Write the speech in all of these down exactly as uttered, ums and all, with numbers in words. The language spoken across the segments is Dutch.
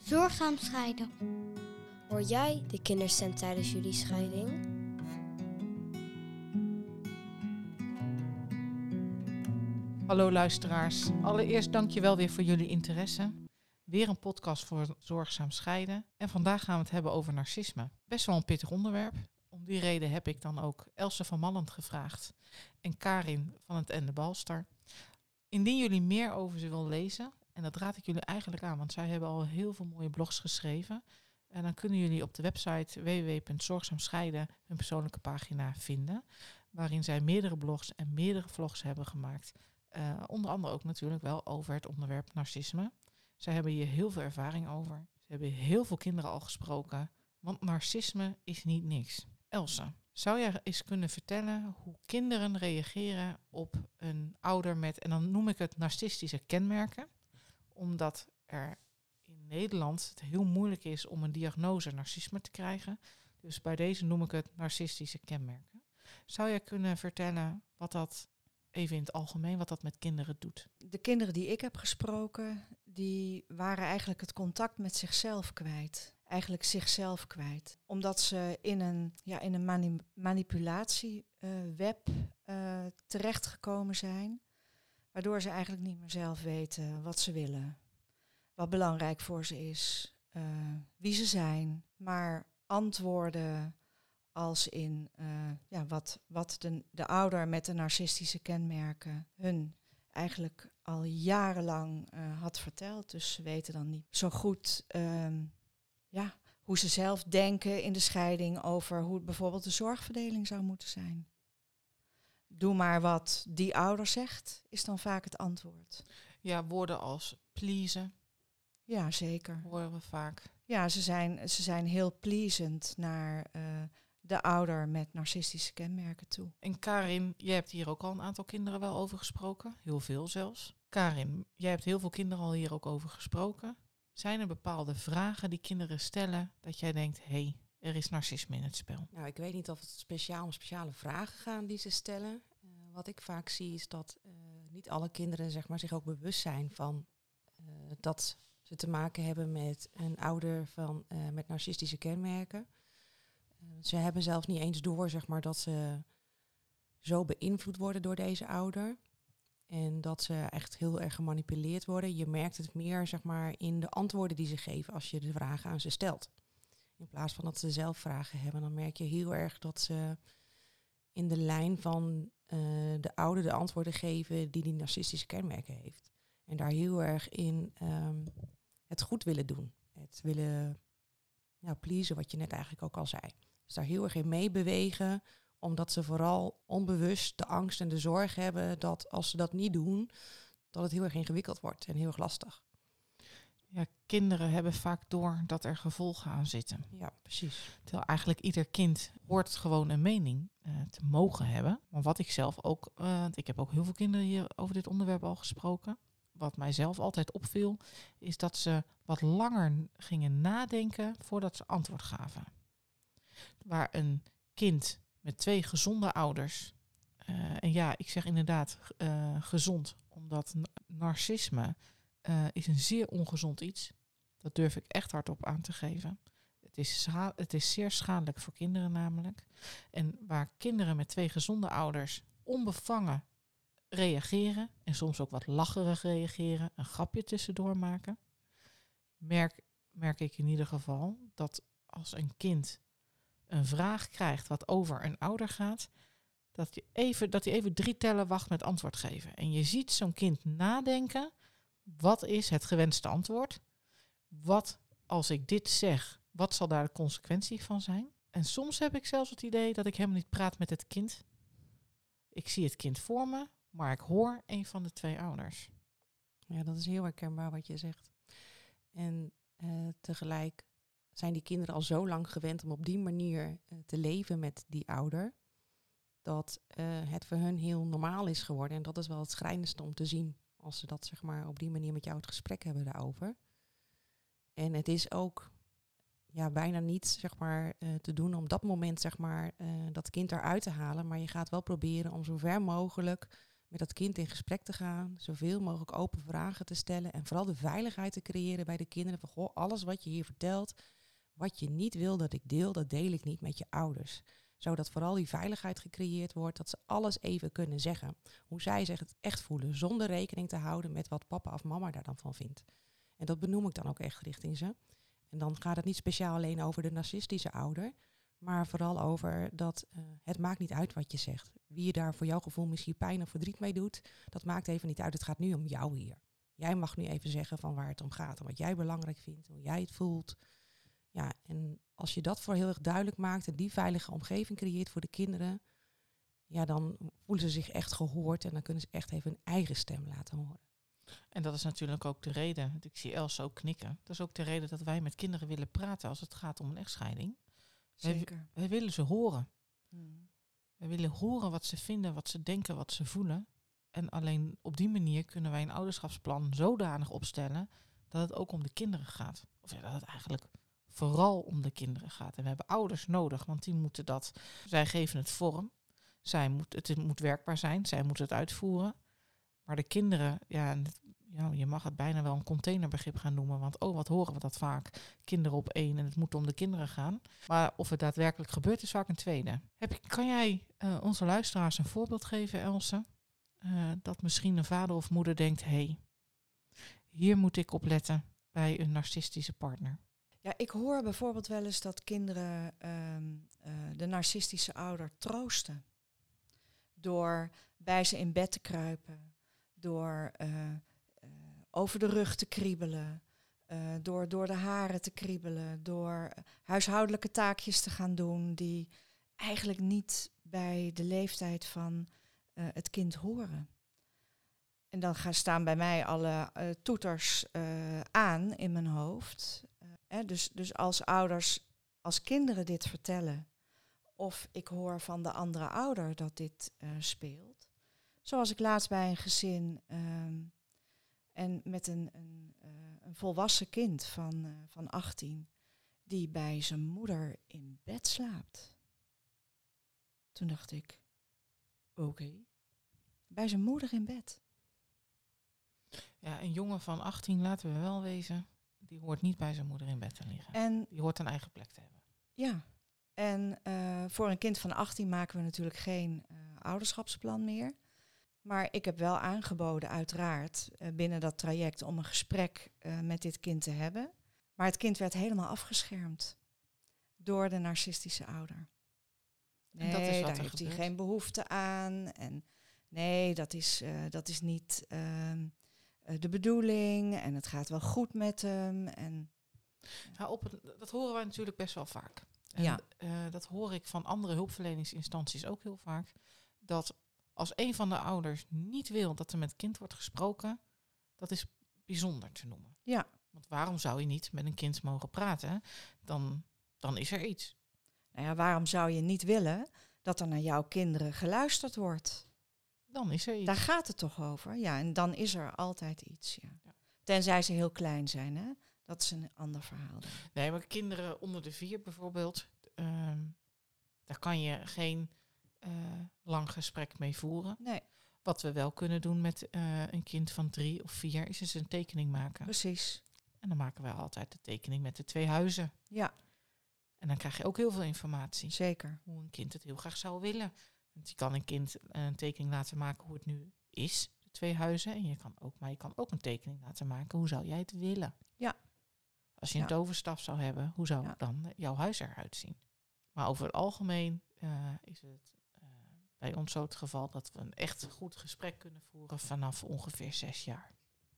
Zorgzaam scheiden. Word jij de kinderstem tijdens jullie scheiding? Hallo luisteraars, allereerst dank je wel weer voor jullie interesse. Weer een podcast voor Zorgzaam scheiden. En vandaag gaan we het hebben over narcisme. Best wel een pittig onderwerp. Om die reden heb ik dan ook Else van Malland gevraagd en Karin van het Ende Balster. Indien jullie meer over ze willen lezen, en dat raad ik jullie eigenlijk aan, want zij hebben al heel veel mooie blogs geschreven. En dan kunnen jullie op de website w w w punt zorgzaam scheiden hun persoonlijke pagina vinden, waarin zij meerdere blogs en meerdere vlogs hebben gemaakt. Uh, onder andere ook natuurlijk wel over het onderwerp narcisme. Zij hebben hier heel veel ervaring over. Ze hebben heel veel kinderen al gesproken, want narcisme is niet niks. Else, zou jij eens kunnen vertellen hoe kinderen reageren op een ouder met, en dan noem ik het narcistische kenmerken, omdat er in Nederland het heel moeilijk is om een diagnose narcisme te krijgen. Dus bij deze noem ik het narcistische kenmerken. Zou jij kunnen vertellen wat dat, even in het algemeen, wat dat met kinderen doet? De kinderen die ik heb gesproken, die waren eigenlijk het contact met zichzelf kwijt. Eigenlijk zichzelf kwijt. Omdat ze in een, ja, in een mani- manipulatieweb uh, uh, terechtgekomen zijn. Waardoor ze eigenlijk niet meer zelf weten wat ze willen. Wat belangrijk voor ze is. Uh, wie ze zijn. Maar antwoorden als in uh, ja, wat, wat de, de ouder met de narcistische kenmerken hun eigenlijk al jarenlang uh, had verteld. Dus ze weten dan niet zo goed uh, ja, hoe ze zelf denken in de scheiding over hoe bijvoorbeeld de zorgverdeling zou moeten zijn. Doe maar wat die ouder zegt, is dan vaak het antwoord. Ja, woorden als pleasen. Ja, zeker. Horen we vaak. Ja, ze zijn, ze zijn heel pleasend naar uh, de ouder met narcistische kenmerken toe. En Karin, jij hebt hier ook al een aantal kinderen wel over gesproken. Heel veel zelfs. Karin, jij hebt heel veel kinderen al hier ook over gesproken. Zijn er bepaalde vragen die kinderen stellen dat jij denkt, hé, hey, er is narcisme in het spel? Nou, ik weet niet of het speciaal om speciale vragen gaan die ze stellen. Uh, wat ik vaak zie is dat uh, niet alle kinderen zeg maar, zich ook bewust zijn van uh, dat ze te maken hebben met een ouder van, uh, met narcistische kenmerken. Uh, ze hebben zelfs niet eens door zeg maar, dat ze zo beïnvloed worden door deze ouder. En dat ze echt heel erg gemanipuleerd worden. Je merkt het meer zeg maar, in de antwoorden die ze geven als je de vragen aan ze stelt. In plaats van dat ze zelf vragen hebben, dan merk je heel erg dat ze in de lijn van uh, de ouder de antwoorden geven die die narcistische kenmerken heeft. En daar heel erg in um, het goed willen doen. Het willen ja, pleasen, wat je net eigenlijk ook al zei. Dus daar heel erg in meebewegen, omdat ze vooral onbewust de angst en de zorg hebben dat als ze dat niet doen, dat het heel erg ingewikkeld wordt en heel erg lastig. Ja, kinderen hebben vaak door dat er gevolgen aan zitten. Ja, precies. Terwijl eigenlijk ieder kind hoort gewoon een mening uh, te mogen hebben. Maar wat ik zelf ook, uh, ik heb ook heel veel kinderen hier over dit onderwerp al gesproken. Wat mij zelf altijd opviel, is dat ze wat langer gingen nadenken voordat ze antwoord gaven. Waar een kind met twee gezonde ouders, uh, en ja, ik zeg inderdaad uh, gezond, omdat n- narcisme uh, is een zeer ongezond iets. Dat durf ik echt hardop aan te geven. Het is, scha- het is zeer schadelijk voor kinderen namelijk. En waar kinderen met twee gezonde ouders onbevangen reageren, en soms ook wat lacherig reageren, een grapje tussendoor maken, merk, merk ik in ieder geval dat als een kind een vraag krijgt wat over een ouder gaat, dat hij even, dat hij even drie tellen wacht met antwoord geven. En je ziet zo'n kind nadenken, wat is het gewenste antwoord? Wat als ik dit zeg, wat zal daar de consequentie van zijn? En soms heb ik zelfs het idee dat ik helemaal niet praat met het kind. Ik zie het kind voor me, maar ik hoor een van de twee ouders. Ja, dat is heel herkenbaar wat je zegt. En uh, tegelijk zijn die kinderen al zo lang gewend om op die manier uh, te leven met die ouder, dat uh, het voor hun heel normaal is geworden. En dat is wel het schrijnendste om te zien, als ze dat zeg maar op die manier met jou het gesprek hebben daarover. En het is ook ja, bijna niet zeg maar, uh, te doen om dat moment zeg maar, uh, dat kind eruit te halen. Maar je gaat wel proberen om zo ver mogelijk met dat kind in gesprek te gaan, zoveel mogelijk open vragen te stellen en vooral de veiligheid te creëren bij de kinderen. Van, goh, alles wat je hier vertelt, wat je niet wil dat ik deel, dat deel ik niet met je ouders. Zodat vooral die veiligheid gecreëerd wordt, dat ze alles even kunnen zeggen. Hoe zij zich het echt voelen, zonder rekening te houden met wat papa of mama daar dan van vindt. En dat benoem ik dan ook echt richting ze. En dan gaat het niet speciaal alleen over de narcistische ouder, maar vooral over dat uh, het maakt niet uit wat je zegt. Wie je daar voor jouw gevoel misschien pijn of verdriet mee doet, dat maakt even niet uit. Het gaat nu om jou hier. Jij mag nu even zeggen van waar het om gaat en wat jij belangrijk vindt, hoe jij het voelt. Ja, en als je dat voor heel erg duidelijk maakt en die veilige omgeving creëert voor de kinderen, ja, dan voelen ze zich echt gehoord en dan kunnen ze echt even hun eigen stem laten horen. En dat is natuurlijk ook de reden, ik zie Els ook knikken, dat is ook de reden dat wij met kinderen willen praten als het gaat om een echtscheiding. Zeker. Wij, wij willen ze horen. Hmm. Wij willen horen wat ze vinden, wat ze denken, wat ze voelen. En alleen op die manier kunnen wij een ouderschapsplan zodanig opstellen dat het ook om de kinderen gaat. Of ja, dat het eigenlijk vooral om de kinderen gaat. En we hebben ouders nodig, want die moeten dat. Zij geven het vorm. Zij moet, het moet werkbaar zijn. Zij moeten het uitvoeren. Maar de kinderen, ja, ja, je mag het bijna wel een containerbegrip gaan noemen. Want oh, wat horen we dat vaak? Kinderen op één en het moet om de kinderen gaan. Maar of het daadwerkelijk gebeurt, is vaak een tweede. Heb je, kan jij uh, onze luisteraars een voorbeeld geven, Else? Uh, dat misschien een vader of moeder denkt, hé, hey, hier moet ik op letten bij een narcistische partner. Ja, ik hoor bijvoorbeeld wel eens dat kinderen um, uh, de narcistische ouder troosten. Door bij ze in bed te kruipen. Door uh, uh, over de rug te kriebelen. Uh, door door de haren te kriebelen. Door huishoudelijke taakjes te gaan doen die eigenlijk niet bij de leeftijd van uh, het kind horen. En dan gaan staan bij mij alle uh, toeters uh, aan in mijn hoofd. Uh, hè, dus, dus als ouders, als kinderen dit vertellen, of ik hoor van de andere ouder dat dit uh, speelt. Zoals ik laatst bij een gezin um, en met een, een, uh, een volwassen kind van, uh, van achttien, die bij zijn moeder in bed slaapt. Toen dacht ik, oké, okay. Bij zijn moeder in bed. Ja, een jongen van achttien, laten we wel wezen, die hoort niet bij zijn moeder in bed te liggen. En, die hoort een eigen plek te hebben. Ja, en uh, voor een kind van achttien maken we natuurlijk geen uh, ouderschapsplan meer. Maar ik heb wel aangeboden, uiteraard, uh, binnen dat traject om een gesprek uh, met dit kind te hebben. Maar het kind werd helemaal afgeschermd door de narcistische ouder. Nee, en dat is wat daar heeft gebeurt. hij geen behoefte aan. En nee, dat is, uh, dat is niet uh, uh, de bedoeling. En het gaat wel goed met hem. En, uh. Ja, op het, dat horen wij natuurlijk best wel vaak. En, ja. uh, dat hoor ik van andere hulpverleningsinstanties ook heel vaak. Dat als een van de ouders niet wil dat er met het kind wordt gesproken, dat is bijzonder te noemen. Ja. Want waarom zou je niet met een kind mogen praten? Dan, dan is er iets. Nou ja, waarom zou je niet willen dat er naar jouw kinderen geluisterd wordt? Dan is er iets. Daar gaat het toch over? Ja, en dan is er altijd iets, ja. Ja. Tenzij ze heel klein zijn, hè? Dat is een ander verhaal dan. Nee, maar kinderen onder de vier bijvoorbeeld, uh, daar kan je geen uh, lang gesprek mee voeren. Nee. Wat we wel kunnen doen met uh, een kind van drie of vier, is eens een tekening maken. Precies. En dan maken we altijd de tekening met de twee huizen. Ja. En dan krijg je ook heel veel informatie. Zeker. Hoe een kind het heel graag zou willen. Want je kan een kind een tekening laten maken hoe het nu is, de twee huizen. En je kan ook, maar je kan ook een tekening laten maken, hoe zou jij het willen? Ja. Als je een ja. toverstaf zou hebben, hoe zou ja. dan jouw huis eruit zien? Maar over het algemeen uh, is het uh, bij ons zo het geval dat we een echt goed gesprek kunnen voeren vanaf ongeveer zes jaar.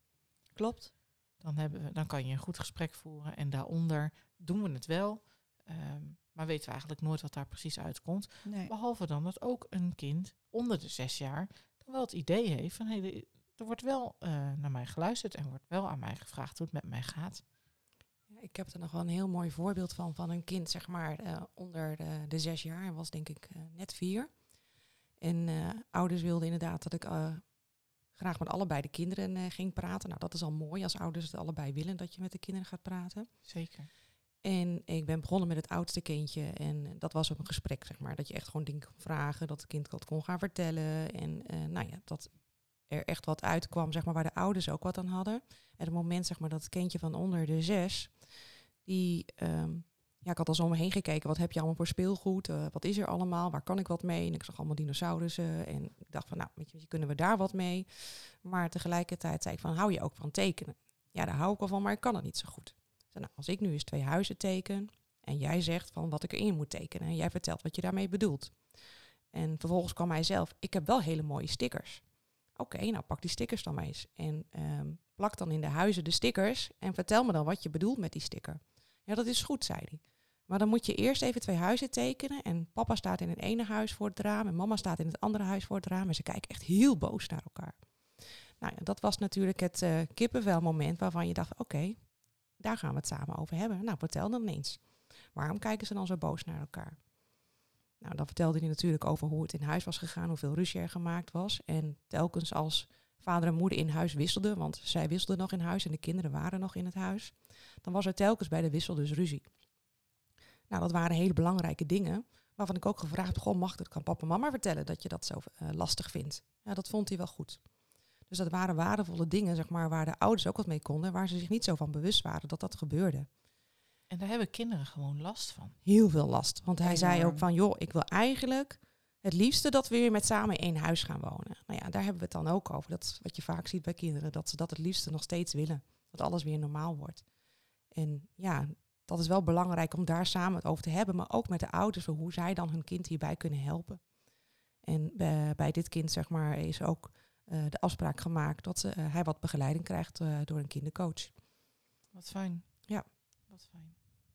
Klopt. Dan, hebben we, dan kan je een goed gesprek voeren en daaronder doen we het wel. Um, maar weten we eigenlijk nooit wat daar precies uitkomt. Nee. Behalve dan dat ook een kind onder de zes jaar dan wel het idee heeft van hey, er wordt wel uh, naar mij geluisterd en wordt wel aan mij gevraagd hoe het met mij gaat. Ja, ik heb er nog wel een heel mooi voorbeeld van, van een kind zeg maar uh, onder de, de zes jaar. Hij was denk ik uh, net vier. En uh, ouders wilden inderdaad dat ik uh, graag met allebei de kinderen uh, ging praten. Nou, dat is al mooi als ouders het allebei willen dat je met de kinderen gaat praten. Zeker. En ik ben begonnen met het oudste kindje. En dat was op een gesprek, zeg maar. Dat je echt gewoon dingen kon vragen. Dat het kind wat kon gaan vertellen. En uh, nou ja, dat er echt wat uitkwam, zeg maar, waar de ouders ook wat aan hadden. En het moment, zeg maar, dat het kindje van onder de zes, die, um, ja, ik had al zo om me heen gekeken. Wat heb je allemaal voor speelgoed? Uh, wat is er allemaal? Waar kan ik wat mee? En ik zag allemaal dinosaurussen. En ik dacht van, nou, weet je, kunnen we daar wat mee? Maar tegelijkertijd zei ik van, hou je ook van tekenen? Ja, daar hou ik wel van, maar ik kan het niet zo goed. Nou, als ik nu eens twee huizen teken en jij zegt van wat ik erin moet tekenen en jij vertelt wat je daarmee bedoelt. En vervolgens kwam hij zelf, ik heb wel hele mooie stickers. Oké, okay, nou pak die stickers dan maar eens. En um, plak dan in de huizen de stickers en vertel me dan wat je bedoelt met die sticker. Ja, dat is goed, zei hij. Maar dan moet je eerst even twee huizen tekenen en papa staat in het ene huis voor het raam en mama staat in het andere huis voor het raam en ze kijken echt heel boos naar elkaar. Nou ja, dat was natuurlijk het uh, kippenvelmoment waarvan je dacht, oké, okay, daar gaan we het samen over hebben. Nou, vertel dan eens. Waarom kijken ze dan zo boos naar elkaar? Nou, dan vertelde hij natuurlijk over hoe het in huis was gegaan, hoeveel ruzie er gemaakt was. En telkens als vader en moeder in huis wisselden, want zij wisselden nog in huis en de kinderen waren nog in het huis, dan was er telkens bij de wissel dus ruzie. Nou, dat waren hele belangrijke dingen, waarvan ik ook gevraagd heb, goh, mag dat, kan papa en mama vertellen dat je dat zo uh, lastig vindt? Ja, dat vond hij wel goed. Dus dat waren waardevolle dingen, zeg maar, waar de ouders ook wat mee konden, waar ze zich niet zo van bewust waren dat dat gebeurde. En daar hebben kinderen gewoon last van. Heel veel last. Want hij Enorm. zei ook van, joh, ik wil eigenlijk het liefste dat we weer met samen in één huis gaan wonen. Nou ja, daar hebben we het dan ook over. Dat is wat je vaak ziet bij kinderen, dat ze dat het liefste nog steeds willen. Dat alles weer normaal wordt. En ja, dat is wel belangrijk om daar samen het over te hebben, maar ook met de ouders, voor hoe zij dan hun kind hierbij kunnen helpen. En bij, bij dit kind, zeg maar, is ook uh, de afspraak gemaakt dat uh, hij wat begeleiding krijgt uh, door een kindercoach. Wat fijn. Ja. Wat fijn.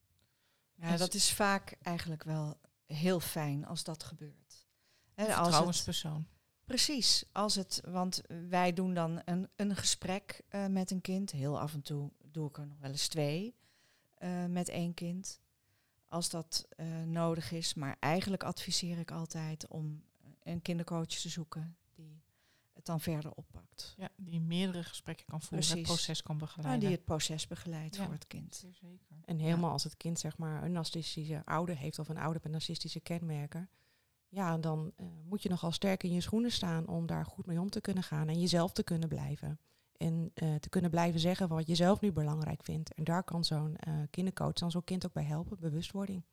Ja, dat is vaak eigenlijk wel heel fijn als dat gebeurt. Een vertrouwenspersoon. Precies, als het, want wij doen dan een, een gesprek uh, met een kind. Heel af en toe doe ik er nog wel eens twee uh, met één kind. Als dat uh, nodig is. Maar eigenlijk adviseer ik altijd om een kindercoach te zoeken die het dan verder oppakt. Ja, die meerdere gesprekken kan voeren, Precies. het proces kan begeleiden. Nou, die het proces begeleidt ja, voor het kind. Zeer zeker. En helemaal ja. als het kind, zeg maar, een narcistische ouder heeft of een ouder met narcistische kenmerken, ja, dan uh, moet je nogal sterk in je schoenen staan om daar goed mee om te kunnen gaan en jezelf te kunnen blijven. En uh, te kunnen blijven zeggen wat je zelf nu belangrijk vindt. En daar kan zo'n uh, kindercoach dan zo'n kind ook bij helpen, bewustwording.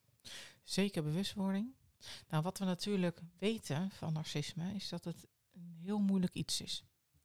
Zeker bewustwording. Nou, wat we natuurlijk weten van narcisme is dat het een heel moeilijk iets is.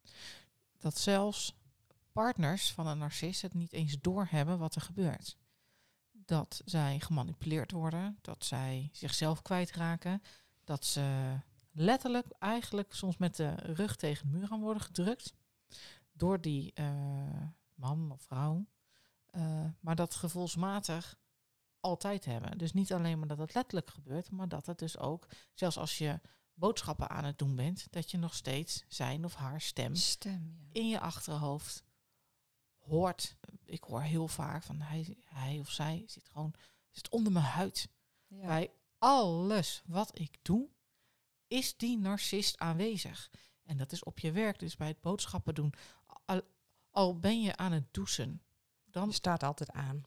Dat zelfs partners van een narcist het niet eens doorhebben wat er gebeurt. Dat zij gemanipuleerd worden, dat zij zichzelf kwijtraken, dat ze letterlijk eigenlijk soms met de rug tegen de muur aan worden gedrukt door die uh, man of vrouw, uh, maar dat gevoelsmatig altijd hebben. Dus niet alleen maar dat het letterlijk gebeurt, maar dat het dus ook, zelfs als je boodschappen aan het doen bent, dat je nog steeds zijn of haar stem, stem ja. in je achterhoofd hoort. Ik hoor heel vaak van hij, hij of zij zit gewoon zit onder mijn huid. Ja. Bij alles wat ik doe, is die narcist aanwezig. En dat is op je werk, dus bij het boodschappen doen. Al, al ben je aan het douchen, dan je staat altijd aan.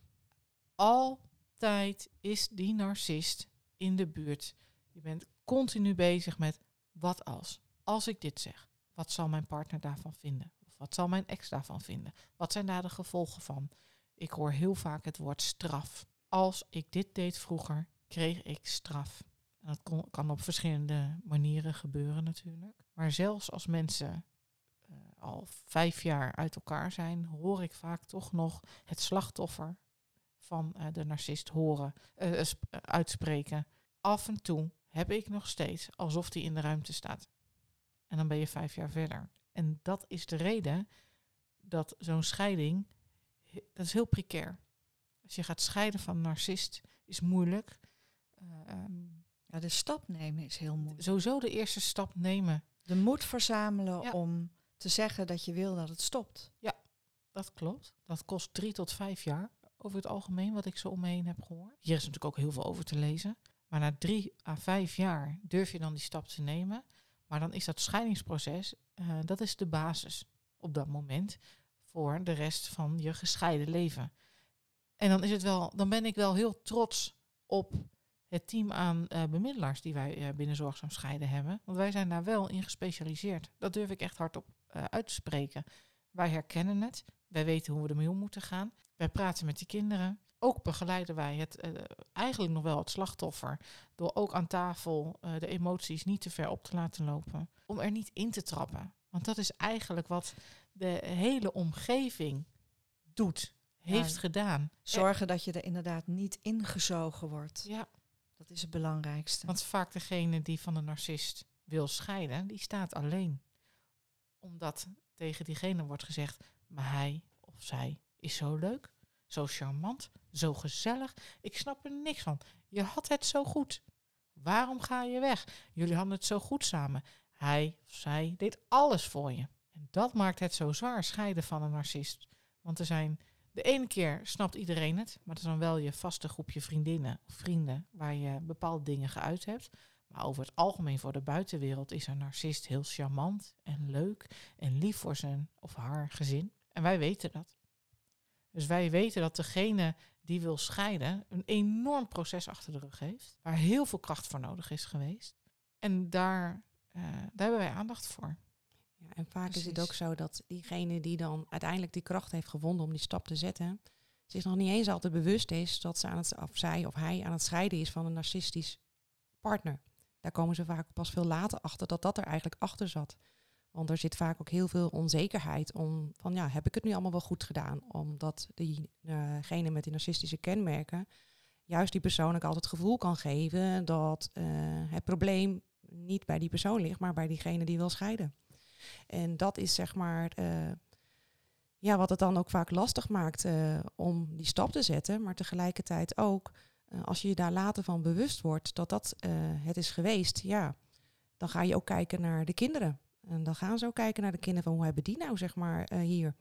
Altijd is die narcist in de buurt. Je bent continu bezig met wat als. Als ik dit zeg, wat zal mijn partner daarvan vinden? Of wat zal mijn ex daarvan vinden? Wat zijn daar de gevolgen van? Ik hoor heel vaak het woord straf. Als ik dit deed vroeger, kreeg ik straf. En dat kon, kan op verschillende manieren gebeuren natuurlijk. Maar zelfs als mensen uh, al vijf jaar uit elkaar zijn, hoor ik vaak toch nog het slachtoffer van uh, de narcist horen, uh, sp- uh, uitspreken. Af en toe heb ik nog steeds alsof die in de ruimte staat. En dan ben je vijf jaar verder. En dat is de reden dat zo'n scheiding, dat is heel precair. Als je gaat scheiden van een narcist, is moeilijk. Uh, um, ja, de stap nemen is heel moeilijk. Sowieso de eerste stap nemen. De moed verzamelen ja. om te zeggen dat je wil dat het stopt. Ja, dat klopt. Dat kost drie tot vijf jaar over het algemeen, wat ik zo om me heen heb gehoord. Hier is natuurlijk ook heel veel over te lezen. Maar na drie à vijf jaar durf je dan die stap te nemen. Maar dan is dat scheidingsproces, uh, dat is de basis op dat moment voor de rest van je gescheiden leven. En dan is het wel, dan ben ik wel heel trots op het team aan uh, bemiddelaars die wij uh, binnen Zorgzaam Scheiden hebben. Want wij zijn daar wel in gespecialiseerd. Dat durf ik echt hardop uh, uit te spreken. Wij herkennen het. Wij weten hoe we ermee om moeten gaan. Wij praten met die kinderen. Ook begeleiden wij het, uh, eigenlijk nog wel het slachtoffer. Door ook aan tafel uh, de emoties niet te ver op te laten lopen. Om er niet in te trappen. Want dat is eigenlijk wat de hele omgeving doet, heeft Ja, gedaan. Zorgen dat je er inderdaad niet ingezogen wordt. Ja. Dat is het belangrijkste. Want vaak degene die van de narcist wil scheiden, die staat alleen. Omdat tegen diegene wordt gezegd, maar hij of zij is zo leuk, zo charmant, zo gezellig. Ik snap er niks van. Je had het zo goed. Waarom ga je weg? Jullie hadden het zo goed samen. Hij of zij deed alles voor je. En dat maakt het zo zwaar, scheiden van een narcist. Want er zijn, de ene keer snapt iedereen het, maar dat is dan wel je vaste groepje vriendinnen of vrienden waar je bepaalde dingen geuit hebt. Maar over het algemeen voor de buitenwereld is een narcist heel charmant en leuk en lief voor zijn of haar gezin. En wij weten dat. Dus wij weten dat degene die wil scheiden een enorm proces achter de rug heeft, waar heel veel kracht voor nodig is geweest. En daar, uh, daar hebben wij aandacht voor. Ja, en vaak Precies. is het ook zo dat diegene die dan uiteindelijk die kracht heeft gevonden om die stap te zetten, zich nog niet eens altijd bewust is dat ze aan het, of zij of hij aan het scheiden is van een narcistisch partner. Daar komen ze vaak pas veel later achter dat dat er eigenlijk achter zat. Want er zit vaak ook heel veel onzekerheid om van ja, heb ik het nu allemaal wel goed gedaan? Omdat diegene uh met die narcistische kenmerken juist die persoon ook altijd het gevoel kan geven dat uh, het probleem niet bij die persoon ligt, maar bij diegene die wil scheiden. En dat is zeg maar uh, ja, wat het dan ook vaak lastig maakt uh, om die stap te zetten. Maar tegelijkertijd ook, uh, als je je daar later van bewust wordt dat dat uh, het is geweest, ja, dan ga je ook kijken naar de kinderen. En dan gaan ze ook kijken naar de kinderen van hoe hebben die nou zeg maar uh, hier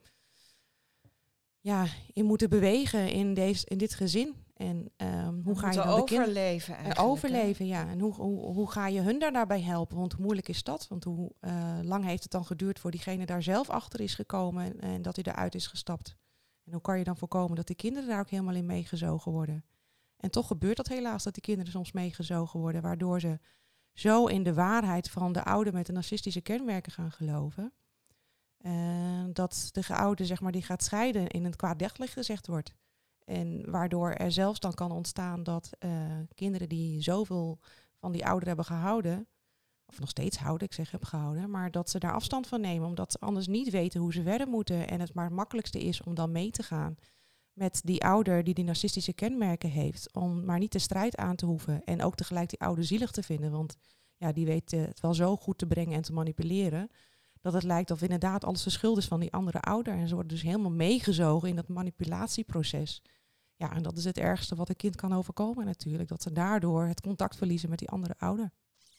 ja, in moeten bewegen in, deze, in dit gezin. En um, hoe ga je dan de kinderen overleven eigenlijk? Overleven, ja. En hoe, hoe, hoe ga je hun daar daarbij helpen? Want hoe moeilijk is dat? Want hoe uh, lang heeft het dan geduurd voor diegene daar zelf achter is gekomen en, en dat hij eruit is gestapt? En hoe kan je dan voorkomen dat die kinderen daar ook helemaal in meegezogen worden? En toch gebeurt dat helaas, dat die kinderen soms meegezogen worden, waardoor ze zo in de waarheid van de ouder met de narcistische kenmerken gaan geloven. Uh, dat de ouder, zeg maar, die gaat scheiden in een kwaad daglicht gezegd wordt. En waardoor er zelfs dan kan ontstaan dat uh, kinderen die zoveel van die ouder hebben gehouden, of nog steeds houden, ik zeg heb gehouden, maar dat ze daar afstand van nemen, omdat ze anders niet weten hoe ze verder moeten. En het maar het makkelijkste is om dan mee te gaan met die ouder die die narcistische kenmerken heeft, om maar niet de strijd aan te hoeven en ook tegelijk die ouder zielig te vinden, want ja, die weet uh, het wel zo goed te brengen en te manipuleren, dat het lijkt of inderdaad alles de schuld is van die andere ouder. En ze worden dus helemaal meegezogen in dat manipulatieproces. Ja, en dat is het ergste wat een kind kan overkomen natuurlijk. Dat ze daardoor het contact verliezen met die andere ouder.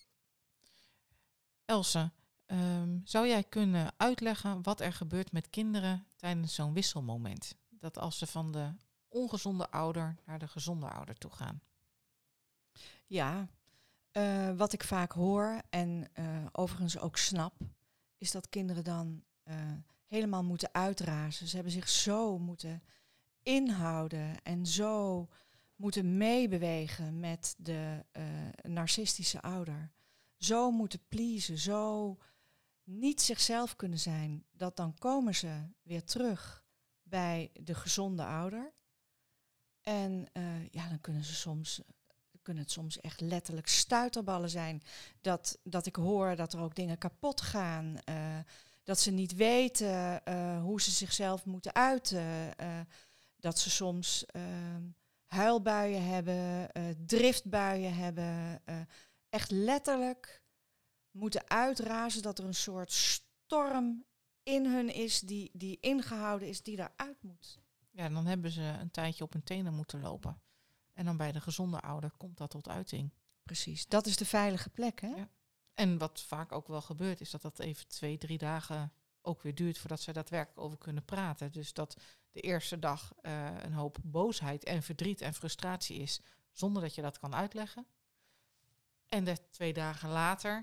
Else, um, zou jij kunnen uitleggen wat er gebeurt met kinderen tijdens zo'n wisselmoment? Dat als ze van de ongezonde ouder naar de gezonde ouder toe gaan. Ja, uh, wat ik vaak hoor en uh, overigens ook snap, is dat kinderen dan uh, helemaal moeten uitrazen. Ze hebben zich zo moeten inhouden en zo moeten meebewegen met de uh, narcistische ouder. Zo moeten pleasen, zo niet zichzelf kunnen zijn. Dat dan komen ze weer terug bij de gezonde ouder. En uh, ja, dan kunnen ze soms, kunnen het soms echt letterlijk stuiterballen zijn. Dat, dat ik hoor dat er ook dingen kapot gaan. Uh, dat ze niet weten uh, hoe ze zichzelf moeten uiten. Uh, dat ze soms uh, huilbuien hebben, uh, driftbuien hebben. Uh, echt letterlijk moeten uitrazen dat er een soort storm in hun is die, die ingehouden is, die daaruit moet. Ja, dan hebben ze een tijdje op hun tenen moeten lopen. En dan bij de gezonde ouder komt dat tot uiting. Precies, dat is de veilige plek, hè? Ja. En wat vaak ook wel gebeurt, is dat dat even twee, drie dagen ook weer duurt voordat ze daadwerkelijk over kunnen praten. Dus dat de eerste dag uh, een hoop boosheid en verdriet en frustratie is, zonder dat je dat kan uitleggen. En de twee dagen later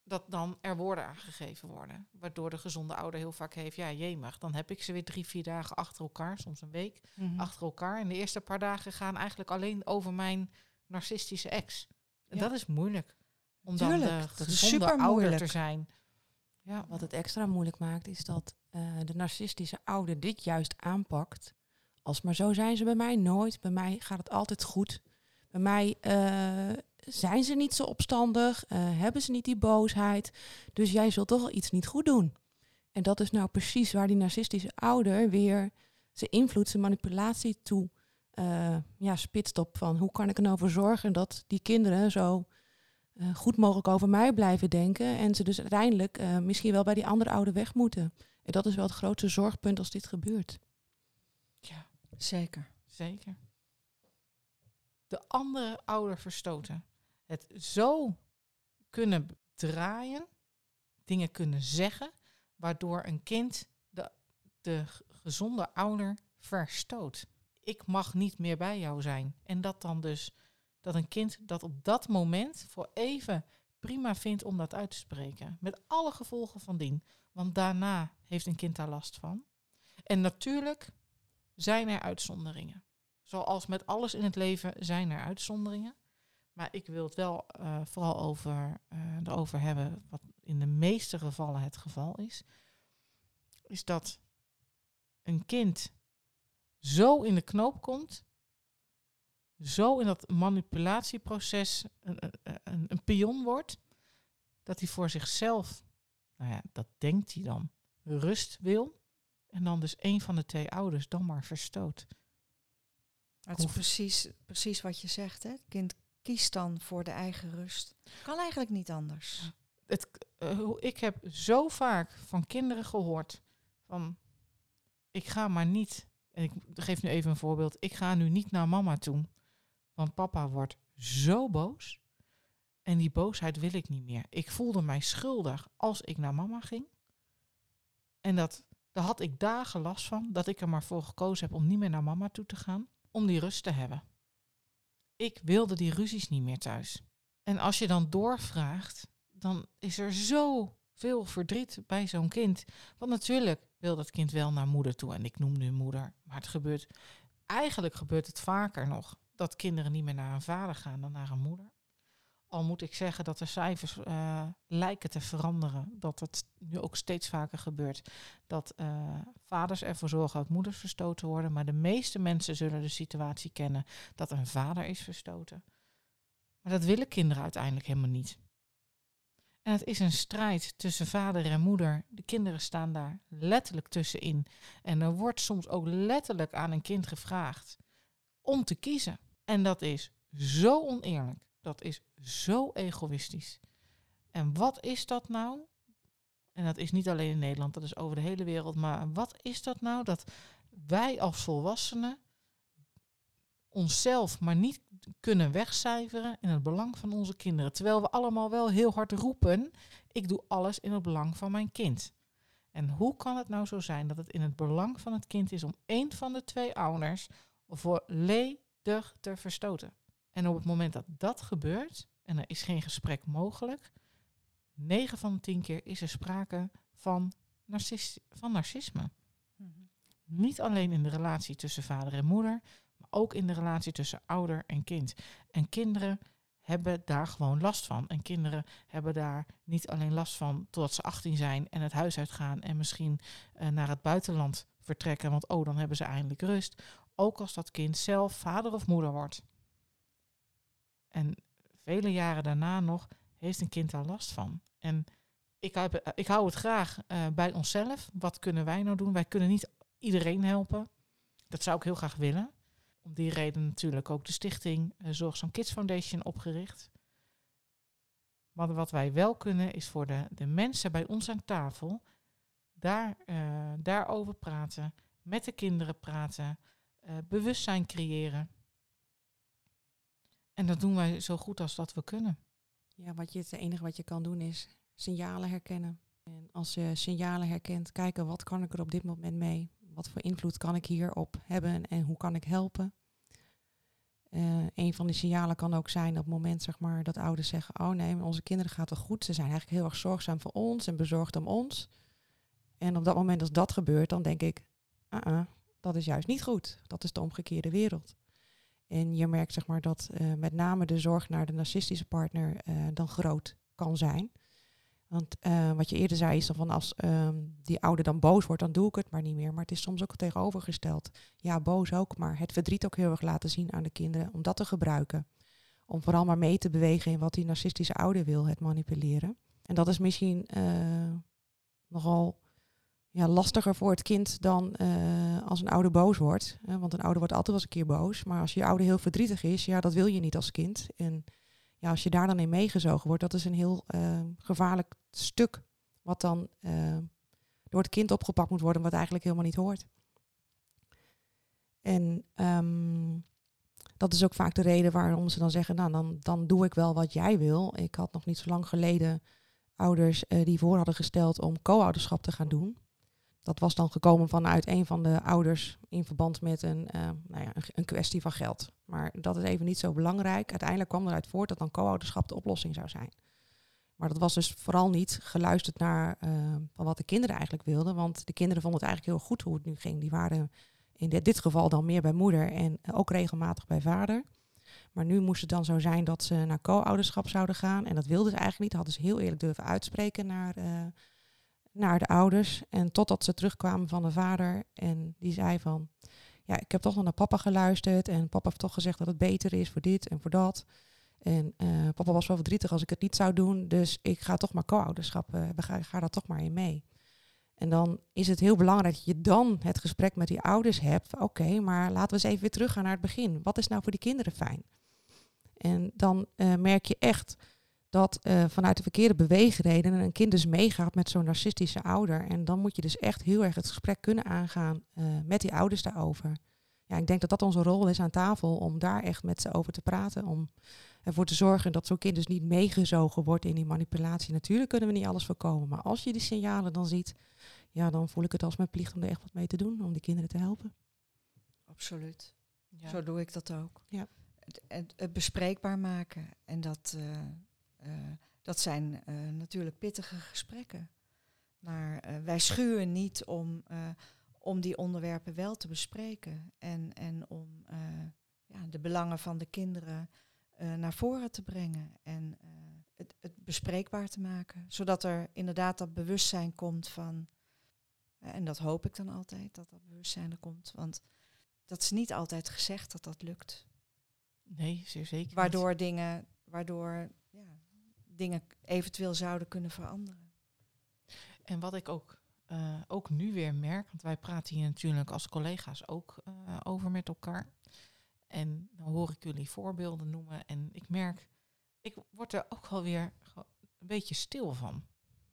dat dan er woorden aangegeven worden. Waardoor de gezonde ouder heel vaak heeft, ja, jemig, dan heb ik ze weer drie, vier dagen achter elkaar, soms een week, Mhm. achter elkaar. En de eerste paar dagen gaan eigenlijk alleen over mijn narcistische ex. En Ja. dat is moeilijk. Om Tuurlijk, dan de dat is gezonde ouder supermoeilijk. te zijn. Ja, Wat het extra moeilijk maakt, is dat uh, de narcistische ouder dit juist aanpakt. Als maar zo zijn ze bij mij nooit. Bij mij gaat het altijd goed. Bij mij uh, zijn ze niet zo opstandig. Uh, hebben ze niet die boosheid. Dus jij zult toch wel iets niet goed doen. En dat is nou precies waar die narcistische ouder weer zijn invloed, zijn manipulatie toe uh, ja, spitst op. Van hoe kan ik er nou voor zorgen dat die kinderen zo Uh, goed mogelijk over mij blijven denken. En ze dus uiteindelijk uh, misschien wel bij die andere ouder weg moeten. En dat is wel het grootste zorgpunt als dit gebeurt. ja, Zeker. zeker. De andere ouder verstoten. Het zo kunnen draaien, dingen kunnen zeggen, waardoor een kind de, de gezonde ouder verstoot. Ik mag niet meer bij jou zijn. En dat dan dus, dat een kind dat op dat moment voor even prima vindt om dat uit te spreken. Met alle gevolgen van dien. Want daarna heeft een kind daar last van. En natuurlijk zijn er uitzonderingen. Zoals met alles in het leven zijn er uitzonderingen. Maar ik wil het wel uh, vooral over, uh, erover hebben, wat in de meeste gevallen het geval is. Is dat een kind zo in de knoop komt, zo in dat manipulatieproces een, een, een pion wordt, dat hij voor zichzelf, nou ja, dat denkt hij dan, rust wil. En dan dus een van de twee ouders dan maar verstoot. Het is precies, precies wat je zegt. Hè? Het kind kiest dan voor de eigen rust. Kan eigenlijk niet anders. Het, uh, ik heb zo vaak van kinderen gehoord van, ik ga maar niet, en ik geef nu even een voorbeeld, ik ga nu niet naar mama toe, want papa wordt zo boos en die boosheid wil ik niet meer. Ik voelde mij schuldig als ik naar mama ging en dat, daar had ik dagen last van, dat ik er maar voor gekozen heb om niet meer naar mama toe te gaan, om die rust te hebben. Ik wilde die ruzies niet meer thuis. En als je dan doorvraagt, dan is er zoveel verdriet bij zo'n kind. Want natuurlijk wil dat kind wel naar moeder toe. En ik noem nu moeder. Maar het gebeurt, eigenlijk gebeurt het vaker nog dat kinderen niet meer naar een vader gaan dan naar een moeder. Al moet ik zeggen dat de cijfers uh, lijken te veranderen. Dat het nu ook steeds vaker gebeurt. Dat uh, vaders ervoor zorgen dat moeders verstoten worden. Maar de meeste mensen zullen de situatie kennen dat een vader is verstoten. Maar dat willen kinderen uiteindelijk helemaal niet. En het is een strijd tussen vader en moeder. De kinderen staan daar letterlijk tussenin. En er wordt soms ook letterlijk aan een kind gevraagd om te kiezen. En dat is zo oneerlijk. Dat is zo egoïstisch. En wat is dat nou? En dat is niet alleen in Nederland, dat is over de hele wereld. Maar wat is dat nou dat wij als volwassenen onszelf maar niet kunnen wegcijferen in het belang van onze kinderen. Terwijl we allemaal wel heel hard roepen, ik doe alles in het belang van mijn kind. En hoe kan het nou zo zijn dat het in het belang van het kind is om één van de twee ouders volledig te verstoten? En op het moment dat dat gebeurt, en er is geen gesprek mogelijk, negen van de tien keer is er sprake van, narcis- van narcisme. Mm-hmm. Niet alleen in de relatie tussen vader en moeder, maar ook in de relatie tussen ouder en kind. En kinderen hebben daar gewoon last van. En kinderen hebben daar niet alleen last van totdat ze achttien zijn en het huis uitgaan en misschien uh, naar het buitenland vertrekken, want oh, dan hebben ze eindelijk rust. Ook als dat kind zelf vader of moeder wordt. En vele jaren daarna nog heeft een kind daar last van. En ik, heb, ik hou het graag uh, bij onszelf. Wat kunnen wij nou doen? Wij kunnen niet iedereen helpen. Dat zou ik heel graag willen. Om die reden natuurlijk ook de stichting uh, Zorgzaam Kids Foundation opgericht. Maar wat wij wel kunnen is voor de, de mensen bij ons aan tafel daar, uh, daarover praten, met de kinderen praten, uh, bewustzijn creëren. En dat doen wij zo goed als dat we kunnen. Ja, wat je, het enige wat je kan doen is signalen herkennen. En als je signalen herkent, kijken wat kan ik er op dit moment mee? Wat voor invloed kan ik hierop hebben en hoe kan ik helpen? Uh, een van die signalen kan ook zijn op het moment zeg maar, dat ouders zeggen, oh nee, onze kinderen gaat wel goed. Ze zijn eigenlijk heel erg zorgzaam voor ons en bezorgd om ons. En op dat moment als dat gebeurt, dan denk ik, uh-uh, dat is juist niet goed. Dat is de omgekeerde wereld. En je merkt zeg maar, dat uh, met name de zorg naar de narcistische partner uh, dan groot kan zijn. Want uh, wat je eerder zei is dan van als um, die ouder dan boos wordt, dan doe ik het maar niet meer. Maar het is soms ook tegenovergesteld. Ja, boos ook, maar het verdriet ook heel erg laten zien aan de kinderen. Om dat te gebruiken. Om vooral maar mee te bewegen in wat die narcistische ouder wil, het manipuleren. En dat is misschien uh, nogal ja, lastiger voor het kind dan uh, als een ouder boos wordt. Uh, want een ouder wordt altijd wel eens een keer boos. Maar als je ouder heel verdrietig is, ja, dat wil je niet als kind. En ja, als je daar dan in meegezogen wordt, dat is een heel uh, gevaarlijk stuk. Wat dan uh, door het kind opgepakt moet worden, wat eigenlijk helemaal niet hoort. En um, dat is ook vaak de reden waarom ze dan zeggen, nou, dan, dan doe ik wel wat jij wil. Ik had nog niet zo lang geleden ouders uh, die voor hadden gesteld om co-ouderschap te gaan doen. Dat was dan gekomen vanuit een van de ouders in verband met een, uh, nou ja, een, een kwestie van geld. Maar dat is even niet zo belangrijk. Uiteindelijk kwam eruit voort dat dan co-ouderschap de oplossing zou zijn. Maar dat was dus vooral niet geluisterd naar uh, van wat de kinderen eigenlijk wilden. Want de kinderen vonden het eigenlijk heel goed hoe het nu ging. Die waren in dit, dit geval dan meer bij moeder en uh, ook regelmatig bij vader. Maar nu moest het dan zo zijn dat ze naar co-ouderschap zouden gaan. En dat wilden ze eigenlijk niet. Dat hadden ze heel eerlijk durven uitspreken naar, uh, naar de ouders. En totdat ze terugkwamen van de vader. En die zei van, ja, ik heb toch nog naar papa geluisterd. En papa heeft toch gezegd dat het beter is voor dit en voor dat. En uh, papa was wel verdrietig als ik het niet zou doen. Dus ik ga toch maar co-ouderschap, uh, we gaan, ga daar toch maar in mee. En dan is het heel belangrijk dat je dan het gesprek met die ouders hebt. Oké, okay, maar laten we eens even weer teruggaan naar het begin. Wat is nou voor die kinderen fijn? En dan uh, merk je echt dat uh, vanuit de verkeerde beweegredenen een kind dus meegaat met zo'n narcistische ouder. En dan moet je dus echt heel erg het gesprek kunnen aangaan uh, met die ouders daarover. Ja, ik denk dat dat onze rol is aan tafel, om daar echt met ze over te praten. Om ervoor te zorgen dat zo'n kind dus niet meegezogen wordt in die manipulatie. Natuurlijk kunnen we niet alles voorkomen, maar als je die signalen dan ziet, ja, dan voel ik het als mijn plicht om er echt wat mee te doen, om die kinderen te helpen. Absoluut. Ja. Zo doe ik dat ook. Ja. Het, het, het bespreekbaar maken. En dat, uh, uh, dat zijn uh, natuurlijk pittige gesprekken. Maar uh, wij schuwen niet om, uh, om die onderwerpen wel te bespreken. En, en om uh, ja, de belangen van de kinderen uh, naar voren te brengen. En uh, het, het bespreekbaar te maken. Zodat er inderdaad dat bewustzijn komt van... Uh, en dat hoop ik dan altijd, dat dat bewustzijn er komt. Want dat is niet altijd gezegd dat dat lukt. Nee, zeer zeker. Waardoor niet. dingen, waardoor ja, dingen eventueel zouden kunnen veranderen. En wat ik ook, uh, ook nu weer merk, want wij praten hier natuurlijk als collega's ook uh, over met elkaar. En dan hoor ik jullie voorbeelden noemen en ik merk, ik word er ook wel weer een beetje stil van.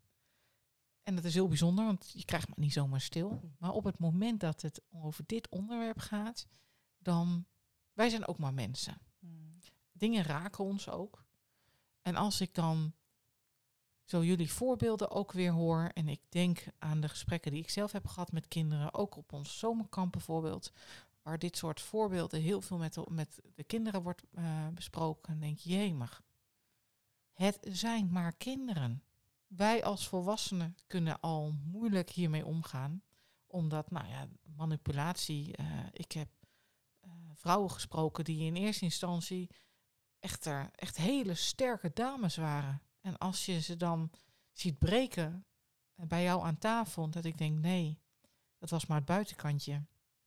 En dat is heel bijzonder, want je krijgt me niet zomaar stil. Maar op het moment dat het over dit onderwerp gaat, dan, wij zijn ook maar mensen. Hmm. Dingen raken ons ook. En als ik dan zo jullie voorbeelden ook weer hoor, en ik denk aan de gesprekken die ik zelf heb gehad met kinderen, ook op ons zomerkamp bijvoorbeeld, waar dit soort voorbeelden heel veel met de, met de kinderen wordt uh, besproken, dan denk je, jemig, het zijn maar kinderen. Wij als volwassenen kunnen al moeilijk hiermee omgaan, omdat, nou ja, manipulatie, uh, ik heb uh, vrouwen gesproken die in eerste instantie echt, er, echt hele sterke dames waren. En als je ze dan ziet breken uh, bij jou aan tafel, dat ik denk, nee, dat was maar het buitenkantje.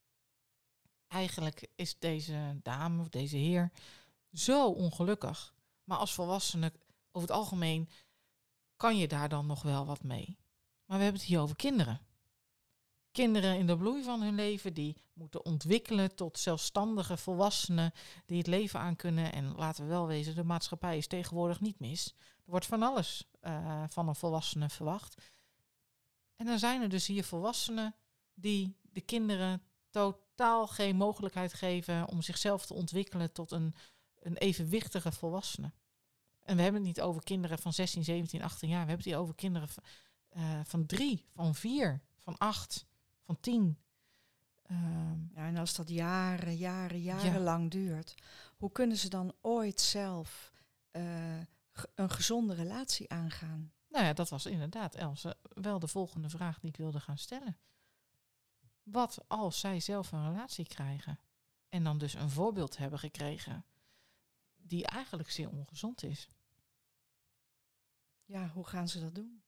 Eigenlijk is deze dame of deze heer zo ongelukkig. Maar als volwassene, over het algemeen, kan je daar dan nog wel wat mee. Maar we hebben het hier over kinderen. Kinderen in de bloei van hun leven, die moeten ontwikkelen tot zelfstandige volwassenen die het leven aan kunnen. En laten we wel wezen, de maatschappij is tegenwoordig niet mis. Er wordt van alles uh, van een volwassene verwacht. En dan zijn er dus hier volwassenen die de kinderen totaal geen mogelijkheid geven om zichzelf te ontwikkelen tot een, een evenwichtige volwassene. En we hebben het niet over kinderen van zestien, zeventien, achttien jaar. We hebben het hier over kinderen van, uh, van drie, van vier, van acht, van tien. Um, ja, en als dat jaren, jaren, jaren ja. lang duurt. hoe kunnen ze dan ooit zelf uh, g- een gezonde relatie aangaan? Nou ja, dat was inderdaad, Else, wel de volgende vraag die ik wilde gaan stellen. Wat als zij zelf een relatie krijgen en dan dus een voorbeeld hebben gekregen die eigenlijk zeer ongezond is? Ja, hoe gaan ze dat doen?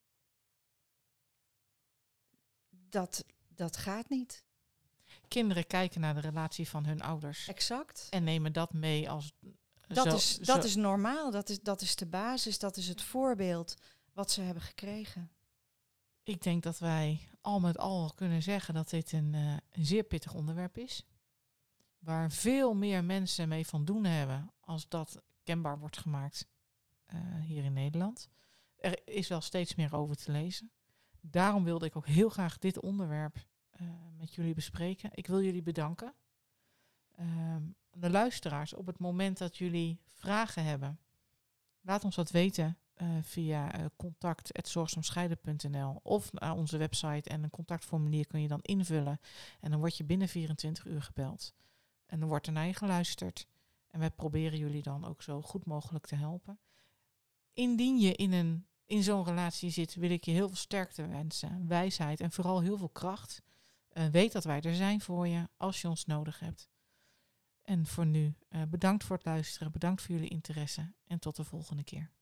Dat, dat gaat niet. Kinderen kijken naar de relatie van hun ouders. Exact. En nemen dat mee als... Dat, zo, is, zo. dat is normaal, dat is, dat is de basis, dat is het voorbeeld wat ze hebben gekregen. Ik denk dat wij al met al kunnen zeggen dat dit een, uh, een zeer pittig onderwerp is. Waar veel meer mensen mee van doen hebben als dat kenbaar wordt gemaakt uh, hier in Nederland. Er is wel steeds meer over te lezen. Daarom wilde ik ook heel graag dit onderwerp uh, met jullie bespreken. Ik wil jullie bedanken. Uh, de luisteraars, op het moment dat jullie vragen hebben, laat ons dat weten uh, via uh, contact apenstaartje zorgzaamscheiden punt n l of naar onze website en een contactformulier kun je dan invullen. En dan word je binnen vierentwintig uur gebeld. En dan wordt er naar je geluisterd. En wij proberen jullie dan ook zo goed mogelijk te helpen. Indien je in, een, in zo'n relatie zit, wil ik je heel veel sterkte wensen, wijsheid en vooral heel veel kracht. Uh, weet dat wij er zijn voor je als je ons nodig hebt. En voor nu, uh, bedankt voor het luisteren, bedankt voor jullie interesse en tot de volgende keer.